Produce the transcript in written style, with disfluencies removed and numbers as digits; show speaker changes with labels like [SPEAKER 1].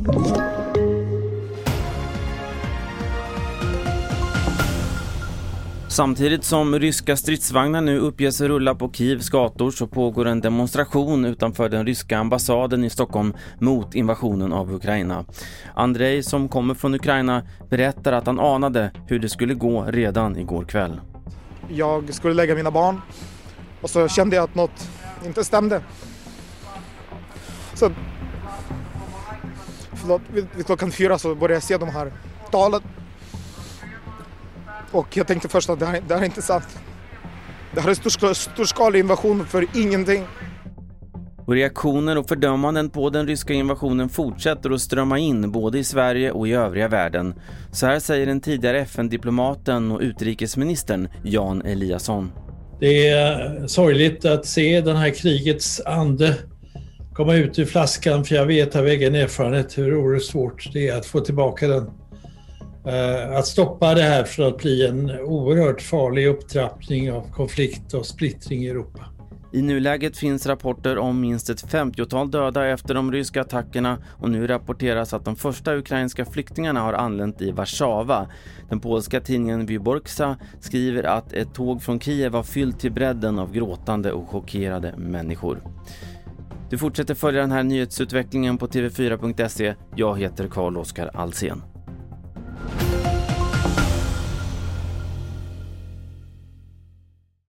[SPEAKER 1] Samtidigt som ryska stridsvagnar nu uppges rulla på Kievs gator så pågår en demonstration utanför den ryska ambassaden i Stockholm mot invasionen av Ukraina. Andrei, som kommer från Ukraina, berättar att han anade hur det skulle gå redan igår kväll.
[SPEAKER 2] Jag skulle lägga mina barn och så kände jag att något inte stämde. Så vid klockan 4 så började jag se de här talen. Och jag tänkte först att det här är inte sant. Det här är storskalig invasion för ingenting.
[SPEAKER 1] Och reaktioner och fördömanden på den ryska invasionen fortsätter att strömma in både i Sverige och i övriga världen. Så här säger den tidigare FN-diplomaten och utrikesministern Jan Eliasson.
[SPEAKER 3] Det är sorgligt att se den här krigets ande komma ut ur flaskan, för jag vet av egen erfarenhet hur oerhört svårt det är att få tillbaka den. Att stoppa det här för att bli en oerhört farlig upptrappning av konflikt och splittring i Europa.
[SPEAKER 1] I nuläget finns rapporter om minst ett 50-tal döda efter de ryska attackerna och nu rapporteras att de första ukrainska flyktingarna har anlänt i Warszawa. Den polska tidningen Wyborcza skriver att ett tåg från Kiev var fyllt till bredden av gråtande och chockerade människor. Du fortsätter följa den här nyhetsutvecklingen på tv4.se. Jag heter Carl-Oskar Alsen.